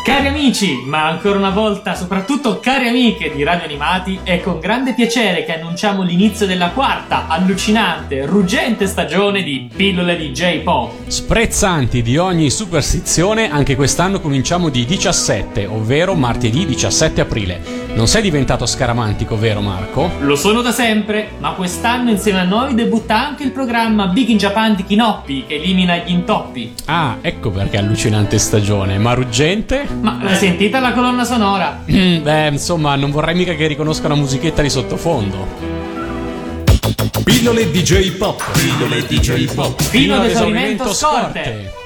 Cari amici, ma ancora una volta soprattutto cari amiche di Radio Animati, è con grande piacere che annunciamo l'inizio della quarta, allucinante, ruggente stagione di Pillole di J-Pop. Sprezzanti di ogni superstizione, anche quest'anno cominciamo di 17, ovvero martedì 17 aprile. Non sei diventato scaramantico, vero Marco? Lo sono da sempre, ma quest'anno insieme a noi debutta anche il programma Big in Japan di Kinoppi, che elimina gli intoppi. Ah, ecco perché allucinante stagione, ma ruggente? Ma l'hai sentita la colonna sonora? Beh, insomma, non vorrei mica che riconosca una musichetta di sottofondo. Pillole DJ Pop. Pillole DJ Pop. Fino ad esaurimento scorte.